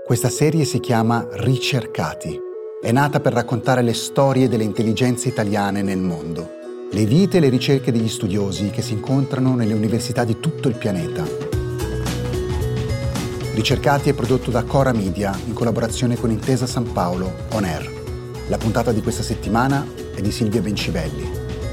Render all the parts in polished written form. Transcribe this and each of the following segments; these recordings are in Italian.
Questa serie si chiama Ricercati. È nata per raccontare le storie delle intelligenze italiane nel mondo, le vite e le ricerche degli studiosi che si incontrano nelle università di tutto il pianeta. Ricercati è prodotto da Cora Media in collaborazione con Intesa San Paolo On Air. La puntata di questa settimana è di Silvia Bencivelli.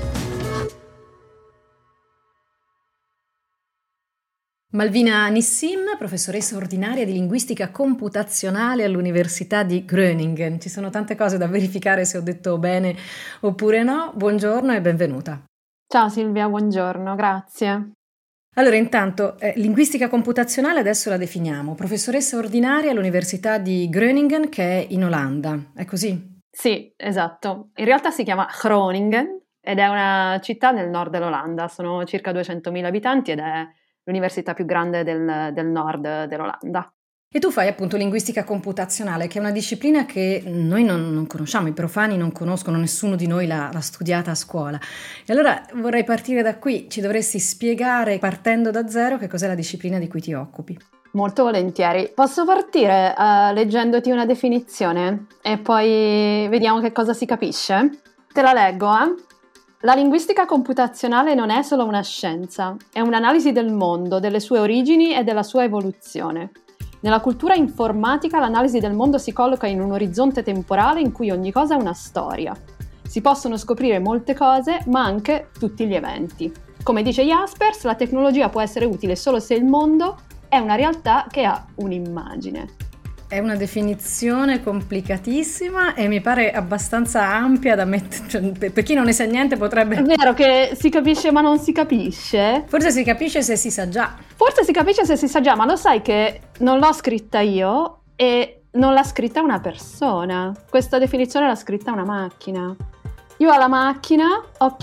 Malvina Nissim, professoressa ordinaria di linguistica computazionale all'Università di Groningen. Ci sono tante cose da verificare se ho detto bene oppure no. Buongiorno e benvenuta. Ciao Silvia, buongiorno, grazie. Allora, intanto, linguistica computazionale adesso la definiamo. Professoressa ordinaria all'Università di Groningen, che è in Olanda. È così? Sì, esatto. In realtà si chiama Groningen ed è una città nel nord dell'Olanda. Sono circa 200.000 abitanti ed è l'università più grande del nord dell'Olanda. E tu fai appunto linguistica computazionale, che è una disciplina che noi non conosciamo, i profani non conoscono, nessuno di noi l'ha studiata a scuola. E allora vorrei partire da qui, ci dovresti spiegare, partendo da zero, che cos'è la disciplina di cui ti occupi. Molto volentieri. Posso partire leggendoti una definizione e poi vediamo che cosa si capisce? Te la leggo, La linguistica computazionale non è solo una scienza, è un'analisi del mondo, delle sue origini e della sua evoluzione. Nella cultura informatica l'analisi del mondo si colloca in un orizzonte temporale in cui ogni cosa è una storia. Si possono scoprire molte cose, ma anche tutti gli eventi. Come dice Jaspers, la tecnologia può essere utile solo se il mondo è una realtà che ha un'immagine. È una definizione complicatissima e mi pare abbastanza ampia da mettere, cioè, per chi non ne sa niente potrebbe... È vero che si capisce ma non si capisce? Forse si capisce se si sa già. Forse si capisce se si sa già, ma lo sai che non l'ho scritta io e non l'ha scritta una persona. Questa definizione l'ha scritta una macchina. Io alla macchina ho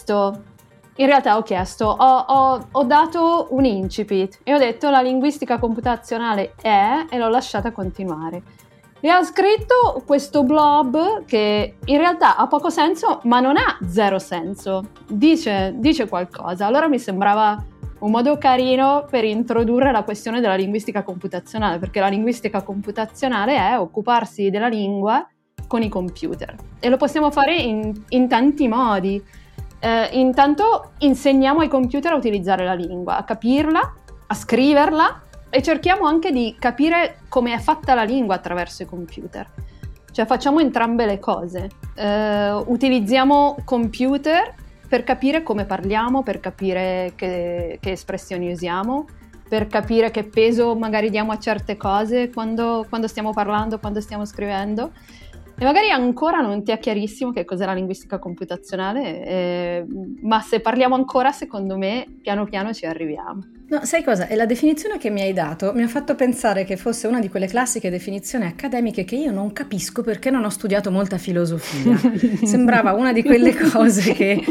dato un incipit e ho detto la linguistica computazionale è, e l'ho lasciata continuare. E ha scritto questo blob che in realtà ha poco senso, ma non ha zero senso. Dice qualcosa. Allora mi sembrava un modo carino per introdurre la questione della linguistica computazionale, perché la linguistica computazionale è occuparsi della lingua con i computer. E lo possiamo fare in tanti modi. Intanto insegniamo ai computer a utilizzare la lingua, a capirla, a scriverla e cerchiamo anche di capire come è fatta la lingua attraverso i computer. Cioè facciamo entrambe le cose. Utilizziamo computer per capire come parliamo, per capire che espressioni usiamo, per capire che peso magari diamo a certe cose quando stiamo parlando, quando stiamo scrivendo. E magari ancora non ti è chiarissimo che cos'è la linguistica computazionale, ma se parliamo ancora, secondo me, piano piano ci arriviamo. No, sai cosa? E la definizione che mi hai dato mi ha fatto pensare che fosse una di quelle classiche definizioni accademiche che io non capisco perché non ho studiato molta filosofia. Sembrava una di quelle cose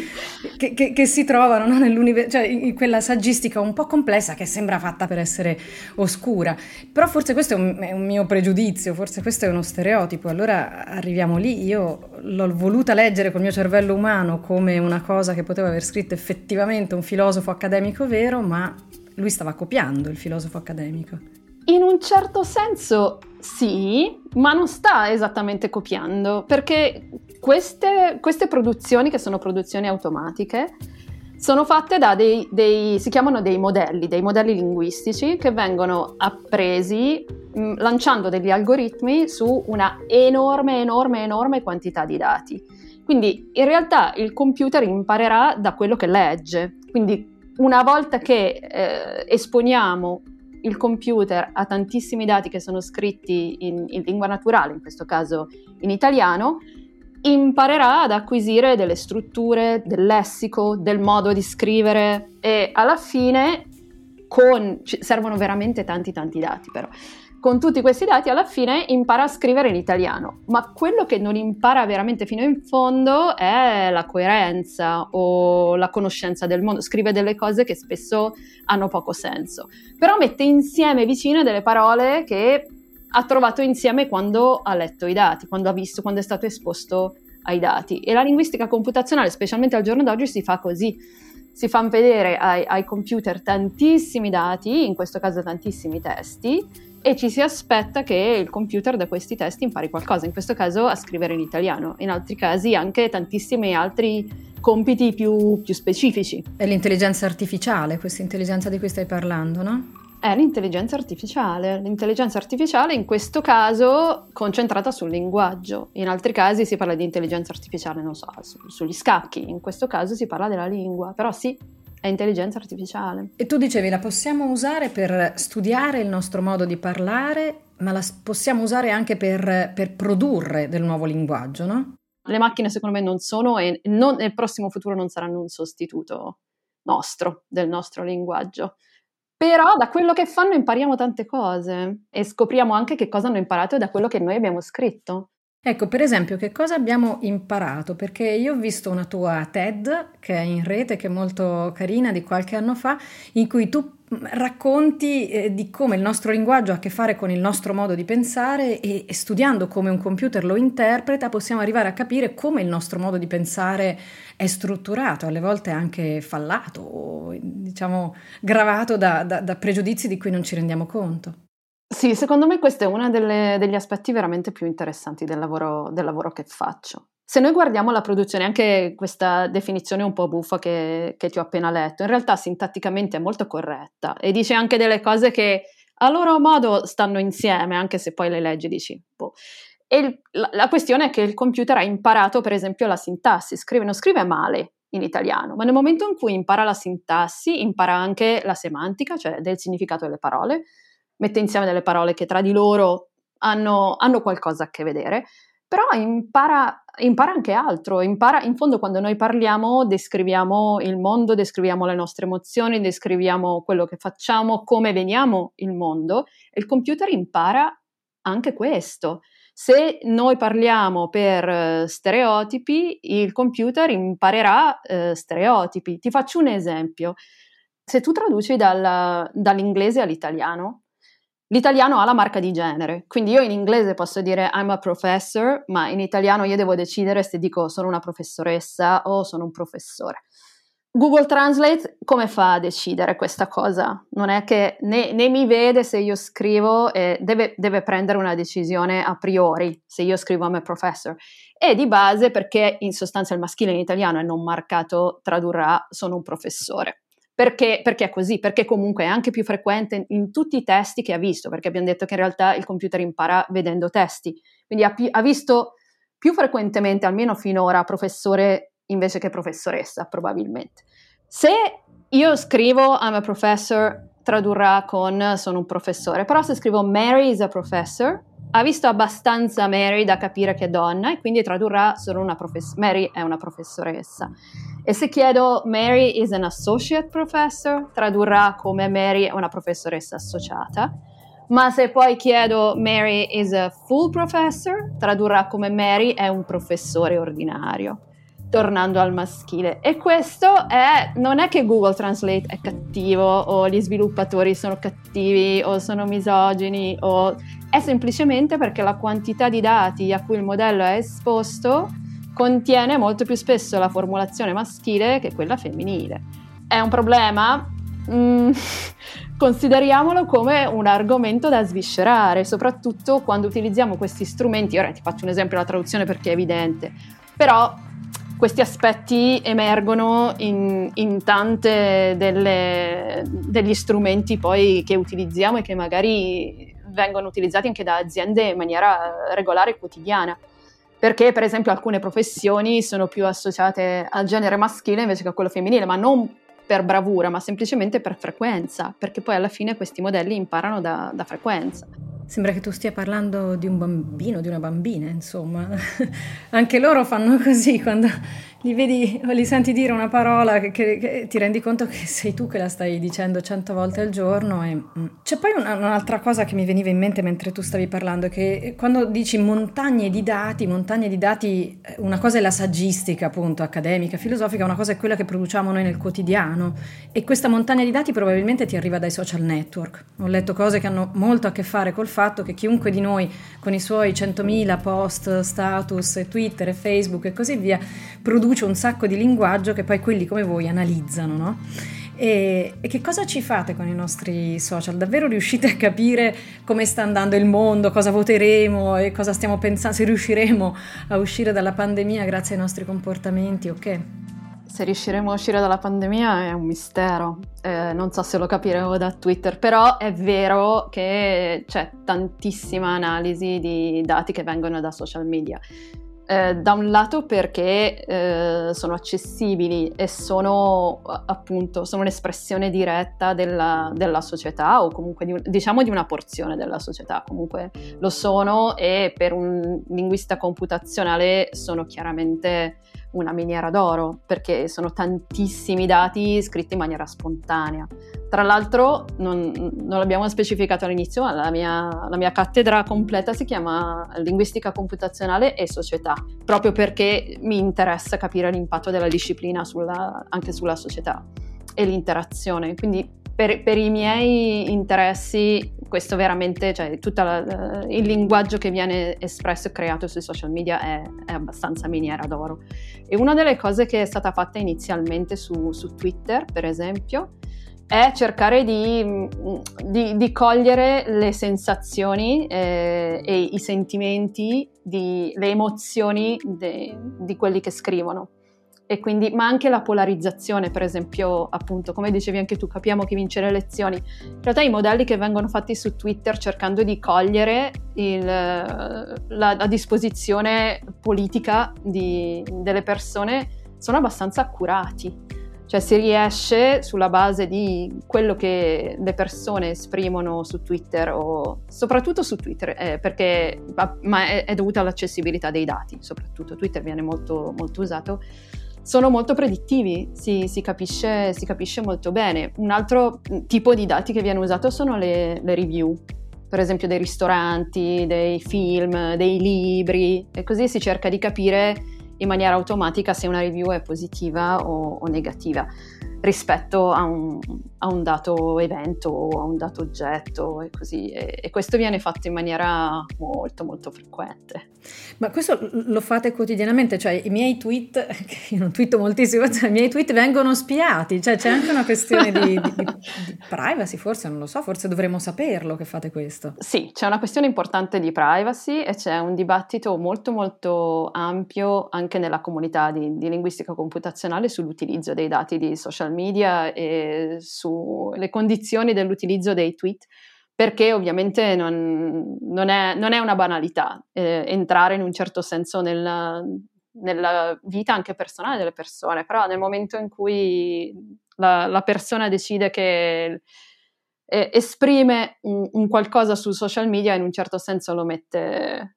che si trovano, no, cioè in quella saggistica un po' complessa che sembra fatta per essere oscura. Però forse questo è un mio pregiudizio, forse questo è uno stereotipo. Allora arriviamo lì, io l'ho voluta leggere col mio cervello umano come una cosa che poteva aver scritto effettivamente un filosofo accademico vero, ma lui stava copiando il filosofo accademico. In un certo senso sì, ma non sta esattamente copiando, perché queste produzioni, che sono produzioni automatiche, sono fatte da si chiamano dei modelli linguistici che vengono appresi lanciando degli algoritmi su una enorme quantità di dati. Quindi in realtà il computer imparerà da quello che legge. Quindi una volta che esponiamo il computer a tantissimi dati che sono scritti in lingua naturale, in questo caso in italiano, imparerà ad acquisire delle strutture, del lessico, del modo di scrivere e alla fine servono veramente tanti dati però. Con tutti questi dati alla fine impara a scrivere in italiano, ma quello che non impara veramente fino in fondo è la coerenza o la conoscenza del mondo. Scrive delle cose che spesso hanno poco senso, però mette insieme vicine delle parole che ha trovato insieme quando ha letto i dati, quando è stato esposto ai dati. E la linguistica computazionale, specialmente al giorno d'oggi, si fa così. si fanno vedere ai computer tantissimi dati, in questo caso tantissimi testi, e ci si aspetta che il computer da questi testi impari qualcosa, in questo caso a scrivere in italiano, in altri casi anche tantissimi altri compiti più specifici. È l'intelligenza artificiale, questa intelligenza di cui stai parlando, no? È l'intelligenza artificiale in questo caso concentrata sul linguaggio, in altri casi si parla di intelligenza artificiale, non so, sugli scacchi, in questo caso si parla della lingua, però sì, è intelligenza artificiale. E tu dicevi, la possiamo usare per studiare il nostro modo di parlare, ma la possiamo usare anche per produrre del nuovo linguaggio, no? Le macchine secondo me non sono e nel prossimo futuro non saranno un sostituto del nostro linguaggio. Però da quello che fanno impariamo tante cose e scopriamo anche che cosa hanno imparato da quello che noi abbiamo scritto. Ecco, per esempio, che cosa abbiamo imparato? Perché io ho visto una tua TED che è in rete, che è molto carina, di qualche anno fa, in cui tu racconti di come il nostro linguaggio ha a che fare con il nostro modo di pensare e studiando come un computer lo interpreta possiamo arrivare a capire come il nostro modo di pensare è strutturato, alle volte anche fallato o diciamo gravato da pregiudizi di cui non ci rendiamo conto. Sì, secondo me questo è uno degli aspetti veramente più interessanti del lavoro che faccio. Se noi guardiamo la produzione, anche questa definizione un po' buffa che ti ho appena letto, in realtà sintatticamente è molto corretta e dice anche delle cose che a loro modo stanno insieme, anche se poi le leggi dici, boh. E la questione è che il computer ha imparato per esempio la sintassi, non scrive male in italiano, ma nel momento in cui impara la sintassi, impara anche la semantica, cioè del significato delle parole, mette insieme delle parole che tra di loro hanno qualcosa a che vedere, però impara anche altro, in fondo quando noi parliamo descriviamo il mondo, descriviamo le nostre emozioni, descriviamo quello che facciamo, come vediamo il mondo, e il computer impara anche questo. Se noi parliamo per stereotipi, il computer imparerà stereotipi. Ti faccio un esempio. Se tu traduci dall'inglese all'italiano, l'italiano ha la marca di genere, quindi io in inglese posso dire I'm a professor, ma in italiano io devo decidere se dico sono una professoressa o sono un professore. Google Translate come fa a decidere questa cosa? Non è che né mi vede se io scrivo e deve prendere una decisione a priori se io scrivo I'm a professor. E di base, perché in sostanza il maschile in italiano è non marcato, tradurrà sono un professore. Perché è così? Perché comunque è anche più frequente in tutti i testi che ha visto, perché abbiamo detto che in realtà il computer impara vedendo testi, quindi ha visto più frequentemente, almeno finora, professore invece che professoressa, probabilmente. Se io scrivo I'm a professor, tradurrà con sono un professore, però se scrivo Mary is a professor, ha visto abbastanza Mary da capire che è donna e quindi tradurrà solo Mary è una professoressa. E se chiedo Mary is an associate professor, tradurrà come Mary è una professoressa associata. Ma se poi chiedo Mary is a full professor, tradurrà come Mary è un professore ordinario, tornando al maschile. E questo non è che Google Translate è cattivo o gli sviluppatori sono cattivi o sono misogini, è semplicemente perché la quantità di dati a cui il modello è esposto contiene molto più spesso la formulazione maschile che quella femminile. È un problema? Consideriamolo come un argomento da sviscerare, soprattutto quando utilizziamo questi strumenti. Ora ti faccio un esempio della traduzione perché è evidente, però questi aspetti emergono in tante degli strumenti poi che utilizziamo e che magari vengono utilizzati anche da aziende in maniera regolare e quotidiana. Perché per esempio alcune professioni sono più associate al genere maschile invece che a quello femminile, ma non per bravura, ma semplicemente per frequenza, perché poi alla fine questi modelli imparano da frequenza. Sembra che tu stia parlando di un bambino, di una bambina, insomma. Anche loro fanno così quando li vedi o li senti dire una parola che ti rendi conto che sei tu che la stai dicendo 100 volte al giorno. C'è poi un'altra cosa che mi veniva in mente mentre tu stavi parlando, che quando dici montagne di dati, una cosa è la saggistica appunto, accademica, filosofica, una cosa è quella che produciamo noi nel quotidiano e questa montagna di dati probabilmente ti arriva dai social network. Ho letto cose che hanno molto a che fare col fatto che chiunque di noi con i suoi 100.000 post, status, Twitter e Facebook e così via produce produce un sacco di linguaggio che poi quelli come voi analizzano, no? E che cosa ci fate con i nostri social? Davvero riuscite a capire come sta andando il mondo, cosa voteremo e cosa stiamo pensando, se riusciremo a uscire dalla pandemia grazie ai nostri comportamenti o che? Se riusciremo a uscire dalla pandemia è un mistero, non so se lo capiremo da Twitter, però è vero che c'è tantissima analisi di dati che vengono da social media. Da un lato perché sono accessibili e sono appunto sono l'espressione diretta della società, o comunque diciamo di una porzione della società, comunque lo sono, e per un linguista computazionale sono chiaramente una miniera d'oro, perché sono tantissimi dati scritti in maniera spontanea. Tra l'altro non l'abbiamo specificato all'inizio, ma la mia cattedra completa si chiama Linguistica computazionale e società, proprio perché mi interessa capire l'impatto della disciplina anche sulla società e l'interazione. Quindi per i miei interessi questo veramente, cioè tutto il linguaggio che viene espresso e creato sui social media è abbastanza miniera d'oro. E una delle cose che è stata fatta inizialmente su Twitter, per esempio, è cercare di cogliere le sensazioni e i sentimenti, le emozioni di quelli che scrivono. E quindi, ma anche la polarizzazione, per esempio, appunto, come dicevi anche tu, capiamo chi vince le elezioni. In realtà i modelli che vengono fatti su Twitter cercando di cogliere la disposizione politica delle persone sono abbastanza accurati. Cioè si riesce, sulla base di quello che le persone esprimono su Twitter, o soprattutto su Twitter, ma è dovuta all'accessibilità dei dati, soprattutto Twitter viene molto, molto usato, sono molto predittivi, si capisce molto bene. Un altro tipo di dati che viene usato sono le review, per esempio dei ristoranti, dei film, dei libri, e così si cerca di capire in maniera automatica se una review è positiva o negativa rispetto a un dato evento o a un dato oggetto, e così, e questo viene fatto in maniera molto molto frequente. Ma questo lo fate quotidianamente? Cioè i miei tweet, che io non twitto moltissimo, cioè, i miei tweet vengono spiati, cioè c'è anche una questione di privacy, forse, non lo so, forse dovremmo saperlo che fate questo. Sì, c'è una questione importante di privacy e c'è un dibattito molto molto ampio anche nella comunità di linguistica computazionale sull'utilizzo dei dati di social media e sulle condizioni dell'utilizzo dei tweet, perché ovviamente non è una banalità entrare in un certo senso nella vita anche personale delle persone, però nel momento in cui la persona decide che esprime un qualcosa su social media, in un certo senso lo mette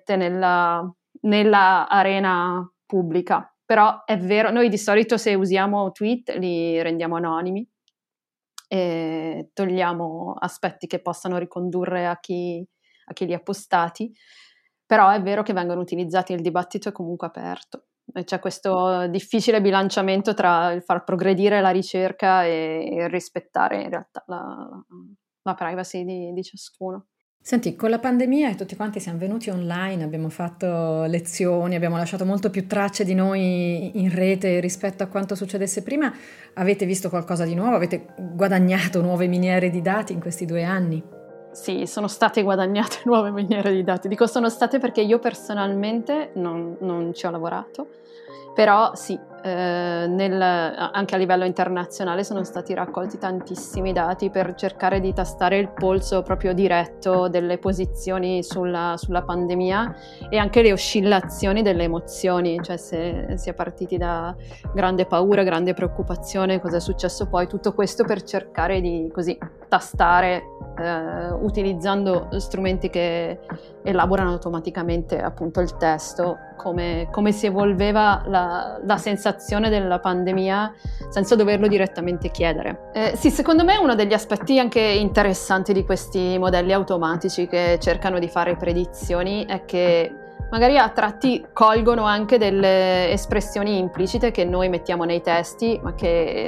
nella arena pubblica. Però è vero, noi di solito se usiamo tweet li rendiamo anonimi e togliamo aspetti che possano ricondurre a chi li ha postati, però è vero che vengono utilizzati, il dibattito è comunque aperto. E c'è questo difficile bilanciamento tra il far progredire la ricerca e il rispettare in realtà la privacy di ciascuno. Senti, con la pandemia tutti quanti siamo venuti online, abbiamo fatto lezioni, abbiamo lasciato molto più tracce di noi in rete rispetto a quanto succedesse prima. Avete visto qualcosa di nuovo? Avete guadagnato nuove miniere di dati in questi 2 anni? Sì, sono state guadagnate nuove miniere di dati. Dico sono state perché io personalmente non ci ho lavorato, però sì, anche a livello internazionale sono stati raccolti tantissimi dati per cercare di tastare il polso proprio diretto delle posizioni sulla pandemia e anche le oscillazioni delle emozioni, cioè se si è partiti da grande paura, grande preoccupazione, cosa è successo poi, tutto questo per cercare di così tastare utilizzando strumenti che elaborano automaticamente appunto il testo, come si evolveva la sensazione della pandemia senza doverlo direttamente chiedere. Sì, secondo me uno degli aspetti anche interessanti di questi modelli automatici che cercano di fare predizioni è che magari a tratti colgono anche delle espressioni implicite che noi mettiamo nei testi, ma che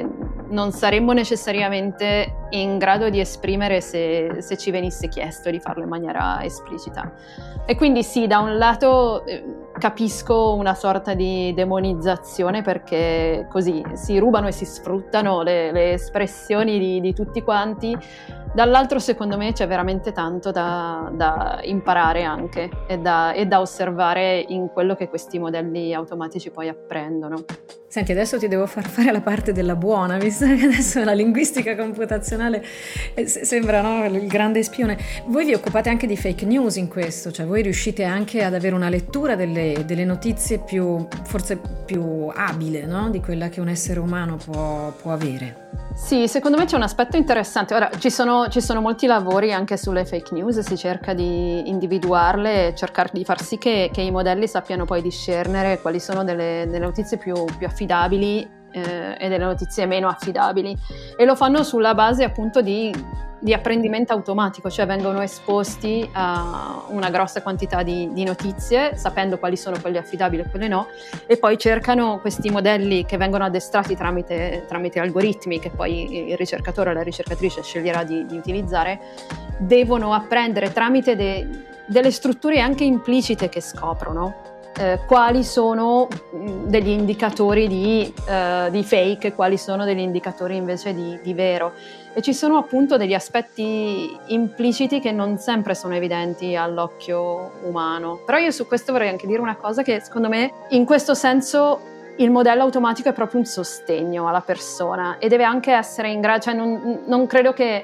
non saremmo necessariamente in grado di esprimere se ci venisse chiesto di farlo in maniera esplicita. E quindi sì, da un lato capisco una sorta di demonizzazione, perché così si rubano e si sfruttano le espressioni di tutti quanti. Dall'altro, secondo me, c'è veramente tanto da imparare anche e da osservare in quello che questi modelli automatici poi apprendono. Senti, adesso ti devo far fare la parte della buona, visto che adesso la linguistica computazionale sembra, no, il grande spione. Voi vi occupate anche di fake news in questo, cioè voi riuscite anche ad avere una lettura delle notizie forse più abile, no? Di quella che un essere umano può avere. Sì, secondo me c'è un aspetto interessante. Ora, ci sono molti lavori anche sulle fake news, si cerca di individuarle e cercare di far sì che i modelli sappiano poi discernere quali sono delle notizie più affidabili e delle notizie meno affidabili, e lo fanno sulla base appunto di apprendimento automatico, cioè vengono esposti a una grossa quantità di notizie, sapendo quali sono quelle affidabili e quelle no, e poi cercano questi modelli che vengono addestrati tramite algoritmi che poi il ricercatore o la ricercatrice sceglierà di utilizzare, devono apprendere tramite delle strutture anche implicite che scoprono quali sono degli indicatori di fake e quali sono degli indicatori invece di vero. E ci sono appunto degli aspetti impliciti che non sempre sono evidenti all'occhio umano. Però io su questo vorrei anche dire una cosa, che secondo me in questo senso il modello automatico è proprio un sostegno alla persona e deve anche essere in grado, cioè non credo che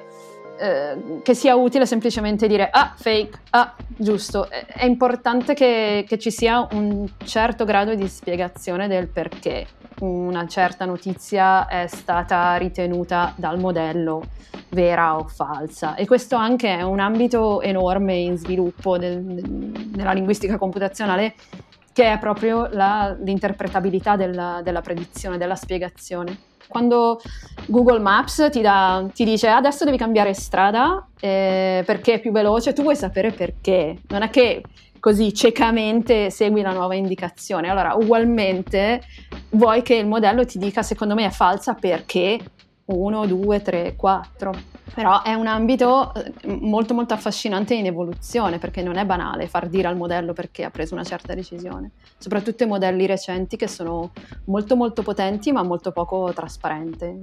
sia utile semplicemente dire fake, giusto. È importante che ci sia un certo grado di spiegazione del perché una certa notizia è stata ritenuta dal modello vera o falsa, e questo anche è un ambito enorme in sviluppo nella linguistica computazionale, che è proprio l'interpretabilità della predizione, della spiegazione. Quando Google Maps ti dice adesso devi cambiare strada perché è più veloce, tu vuoi sapere perché, non è che così ciecamente segui la nuova indicazione. Allora, ugualmente vuoi che il modello ti dica secondo me è falsa perché 1, 2, 3, 4. Però è un ambito molto molto affascinante in evoluzione, perché non è banale far dire al modello perché ha preso una certa decisione, soprattutto i modelli recenti che sono molto molto potenti ma molto poco trasparenti.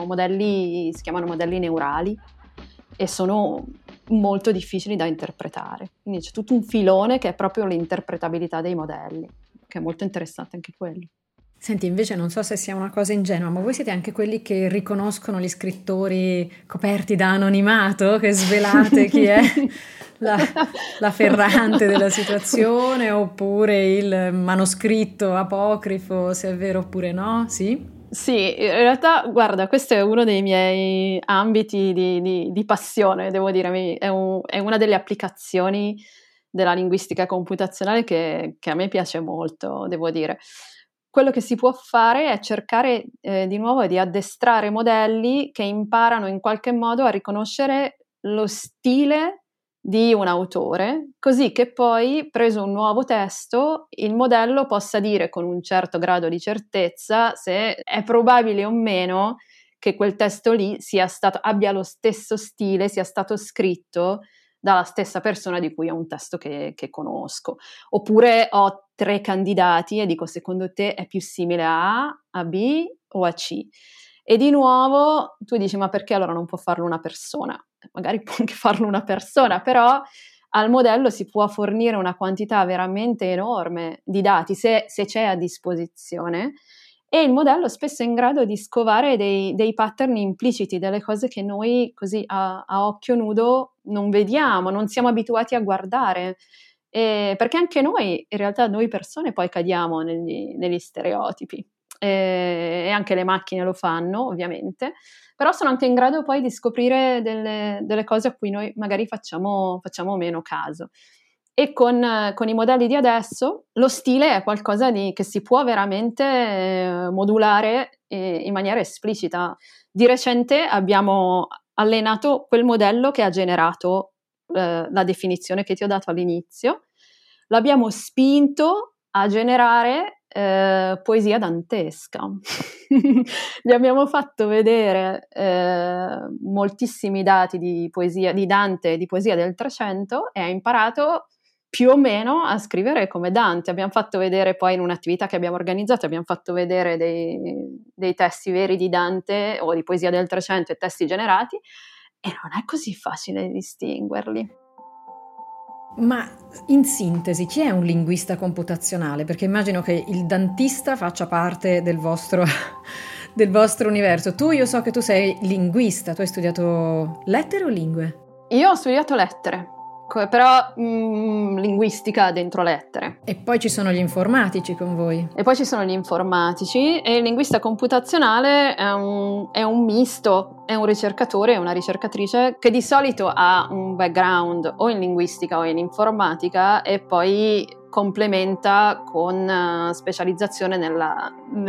Si chiamano modelli neurali e sono molto difficili da interpretare, quindi c'è tutto un filone che è proprio l'interpretabilità dei modelli, che è molto interessante anche quello. Senti, invece non so se sia una cosa ingenua, ma voi siete anche quelli che riconoscono gli scrittori coperti da anonimato, che svelate chi è la ferrante della situazione, oppure il manoscritto apocrifo, se è vero oppure no? Sì? Sì, in realtà, guarda, questo è uno dei miei ambiti di passione, devo dire, è una delle applicazioni della linguistica computazionale che a me piace molto, devo dire. Quello che si può fare è cercare di nuovo di addestrare modelli che imparano in qualche modo a riconoscere lo stile di un autore, così che poi, preso un nuovo testo, il modello possa dire con un certo grado di certezza se è probabile o meno che quel testo lì abbia lo stesso stile, sia stato scritto dalla stessa persona di cui è un testo che conosco. Oppure ho 3 candidati e dico secondo te è più simile a A, a B o a C? E di nuovo tu dici ma perché allora non può farlo una persona? Magari può anche farlo una persona, però al modello si può fornire una quantità veramente enorme di dati se c'è a disposizione, e il modello spesso è in grado di scovare dei pattern impliciti, delle cose che noi così a occhio nudo non vediamo, non siamo abituati a guardare, perché anche noi, in realtà noi persone poi cadiamo negli stereotipi, e anche le macchine lo fanno ovviamente, però sono anche in grado poi di scoprire delle cose a cui noi magari facciamo meno caso. E con i modelli di adesso lo stile è qualcosa che si può veramente modulare in maniera esplicita. Di recente abbiamo allenato quel modello che ha generato la definizione che ti ho dato all'inizio, l'abbiamo spinto a generare poesia dantesca. Gli abbiamo fatto vedere moltissimi dati di poesia di Dante, di poesia del 300, e ha imparato più o meno a scrivere come Dante. Abbiamo fatto vedere poi in un'attività che abbiamo organizzato, abbiamo fatto vedere dei testi veri di Dante o di poesia del 300 e testi generati, e non è così facile distinguerli. Ma in sintesi, chi è un linguista computazionale? Perché immagino che il dantista faccia parte del vostro universo. Io so che tu sei linguista, tu hai studiato lettere o lingue? Io ho studiato lettere, però linguistica dentro lettere. E poi ci sono gli informatici con voi. E poi ci sono gli informatici, e il linguista computazionale è un misto, è un ricercatore, è una ricercatrice che di solito ha un background o in linguistica o in informatica e poi complementa con specializzazione nella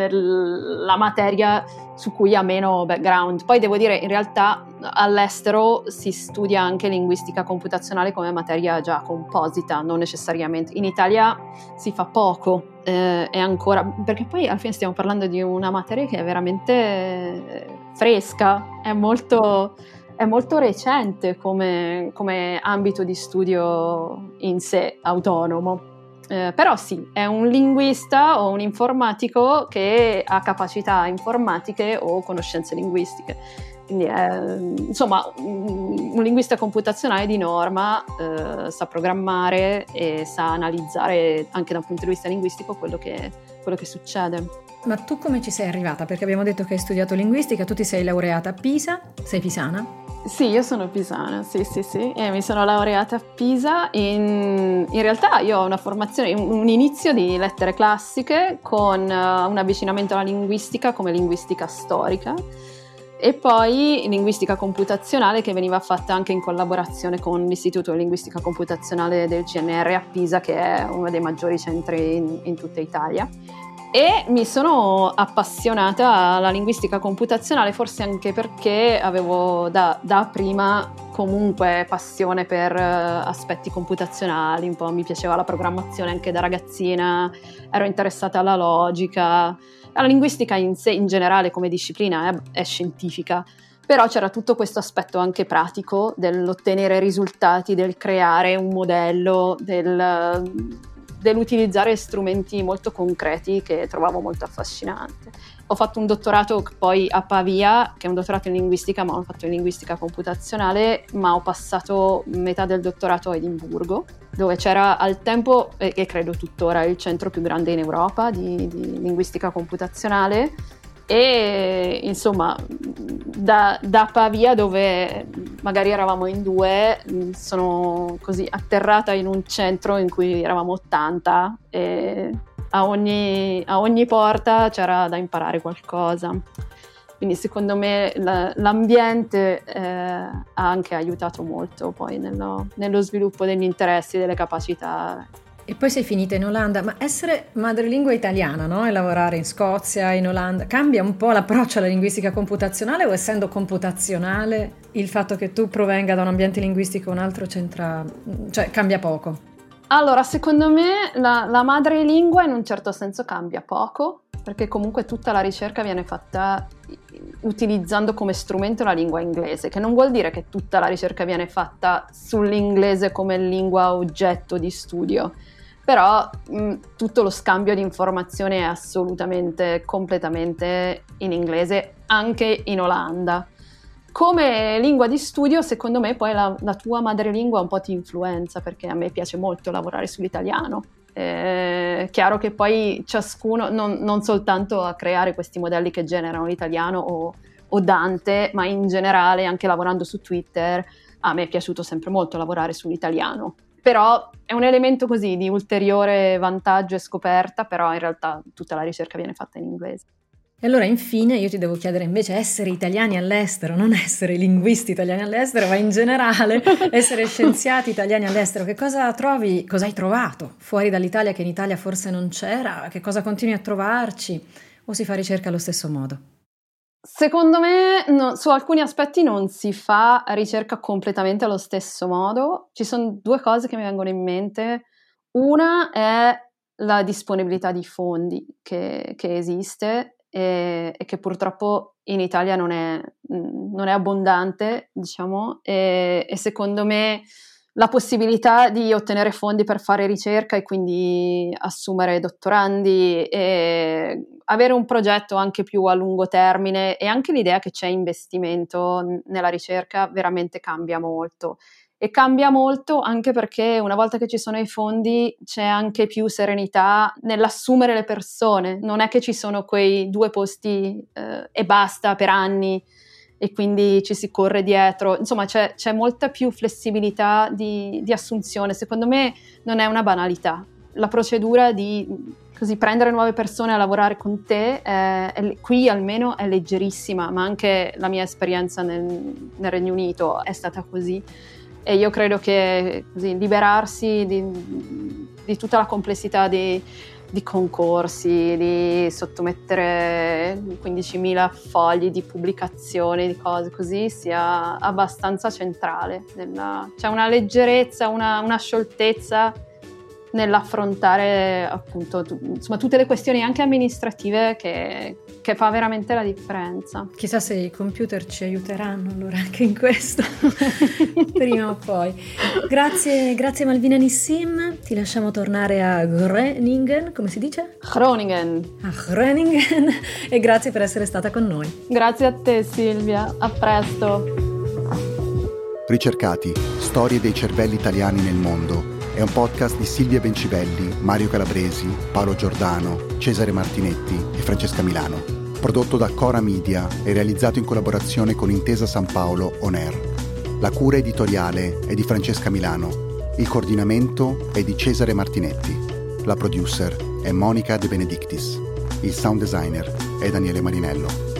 materia su cui ha meno background. Poi devo dire, in realtà all'estero si studia anche linguistica computazionale come materia già composita, non necessariamente. In Italia si fa poco, è ancora, perché poi alla fine stiamo parlando di una materia che è veramente fresca, è molto recente come ambito di studio in sé, autonomo. Però sì, è un linguista o un informatico che ha capacità informatiche o conoscenze linguistiche. Quindi insomma, un linguista computazionale di norma sa programmare e sa analizzare anche da un punto di vista linguistico quello che succede. Ma tu come ci sei arrivata? Perché abbiamo detto che hai studiato linguistica, tu ti sei laureata a Pisa, sei pisana? Sì, io sono pisana, sì, e mi sono laureata a Pisa. In realtà io ho una formazione, un inizio di lettere classiche con un avvicinamento alla linguistica come linguistica storica, e poi linguistica computazionale che veniva fatta anche in collaborazione con l'Istituto di Linguistica Computazionale del CNR a Pisa, che è uno dei maggiori centri in tutta Italia. E mi sono appassionata alla linguistica computazionale forse anche perché avevo da prima comunque passione per aspetti computazionali, un po' mi piaceva la programmazione anche da ragazzina, ero interessata alla logica. La linguistica in sé, in generale come disciplina, è scientifica, però c'era tutto questo aspetto anche pratico dell'ottenere risultati, del creare un modello, dell'utilizzare strumenti molto concreti che trovavo molto affascinante. Ho fatto un dottorato poi a Pavia, che è un dottorato in linguistica, ma l'ho fatto in linguistica computazionale, ma ho passato metà del dottorato a Edimburgo, dove c'era al tempo, e credo tuttora, il centro più grande in Europa di linguistica computazionale. E insomma da Pavia, dove magari eravamo in 2, sono così atterrata in un centro in cui eravamo 80 e a ogni porta c'era da imparare qualcosa. Quindi secondo me l'ambiente ha anche aiutato molto poi nello sviluppo degli interessi, delle capacità. E poi sei finita in Olanda, ma essere madrelingua italiana, no? E lavorare in Scozia, in Olanda, cambia un po' l'approccio alla linguistica computazionale, o essendo computazionale il fatto che tu provenga da un ambiente linguistico o un altro cioè cambia poco? Allora, secondo me la madrelingua in un certo senso cambia poco, perché comunque tutta la ricerca viene fatta utilizzando come strumento la lingua inglese, che non vuol dire che tutta la ricerca viene fatta sull'inglese come lingua oggetto di studio. Però tutto lo scambio di informazione è assolutamente, completamente in inglese, anche in Olanda. Come lingua di studio, secondo me, poi la tua madrelingua un po' ti influenza, perché a me piace molto lavorare sull'italiano. Chiaro che poi ciascuno, non soltanto a creare questi modelli che generano l'italiano o Dante, ma in generale, anche lavorando su Twitter, a me è piaciuto sempre molto lavorare sull'italiano. Però è un elemento così di ulteriore vantaggio e scoperta, però in realtà tutta la ricerca viene fatta in inglese. E allora infine io ti devo chiedere invece, essere italiani all'estero, non essere linguisti italiani all'estero, ma in generale essere scienziati italiani all'estero, che cosa trovi, cosa hai trovato fuori dall'Italia che in Italia forse non c'era, che cosa continui a trovarci, o si fa ricerca allo stesso modo? Secondo me su alcuni aspetti non si fa ricerca completamente allo stesso modo. Ci sono 2 cose che mi vengono in mente. Una è la disponibilità di fondi che esiste e che purtroppo in Italia non è abbondante, diciamo, e secondo me la possibilità di ottenere fondi per fare ricerca e quindi assumere dottorandi e avere un progetto anche più a lungo termine e anche l'idea che c'è investimento nella ricerca veramente cambia molto. E cambia molto anche perché una volta che ci sono i fondi c'è anche più serenità nell'assumere le persone. Non è che ci sono quei 2 posti e basta per anni e quindi ci si corre dietro. Insomma, c'è molta più flessibilità di assunzione. Secondo me non è una banalità. La procedura di così prendere nuove persone a lavorare con te qui almeno è leggerissima, ma anche la mia esperienza nel Regno Unito è stata così. E io credo che così, liberarsi di tutta la complessità di concorsi, di sottomettere 15.000 fogli di pubblicazioni, di cose così, sia abbastanza centrale. C'è una leggerezza, una scioltezza nell'affrontare appunto insomma tutte le questioni anche amministrative che fa veramente la differenza. Chissà se i computer ci aiuteranno allora anche in questo prima o poi. Grazie Malvina Nissim, ti lasciamo tornare a Groningen, come si dice? Groningen. A Groningen, e grazie per essere stata con noi. Grazie a te Silvia, a presto. Ricercati, storie dei cervelli italiani nel mondo è un podcast di Silvia Bencivelli, Mario Calabresi, Paolo Giordano, Cesare Martinetti e Francesca Milano. Prodotto da Cora Media e realizzato in collaborazione con Intesa San Paolo On Air. La cura editoriale è di Francesca Milano. Il coordinamento è di Cesare Martinetti. La producer è Monica De Benedictis. Il sound designer è Daniele Marinello.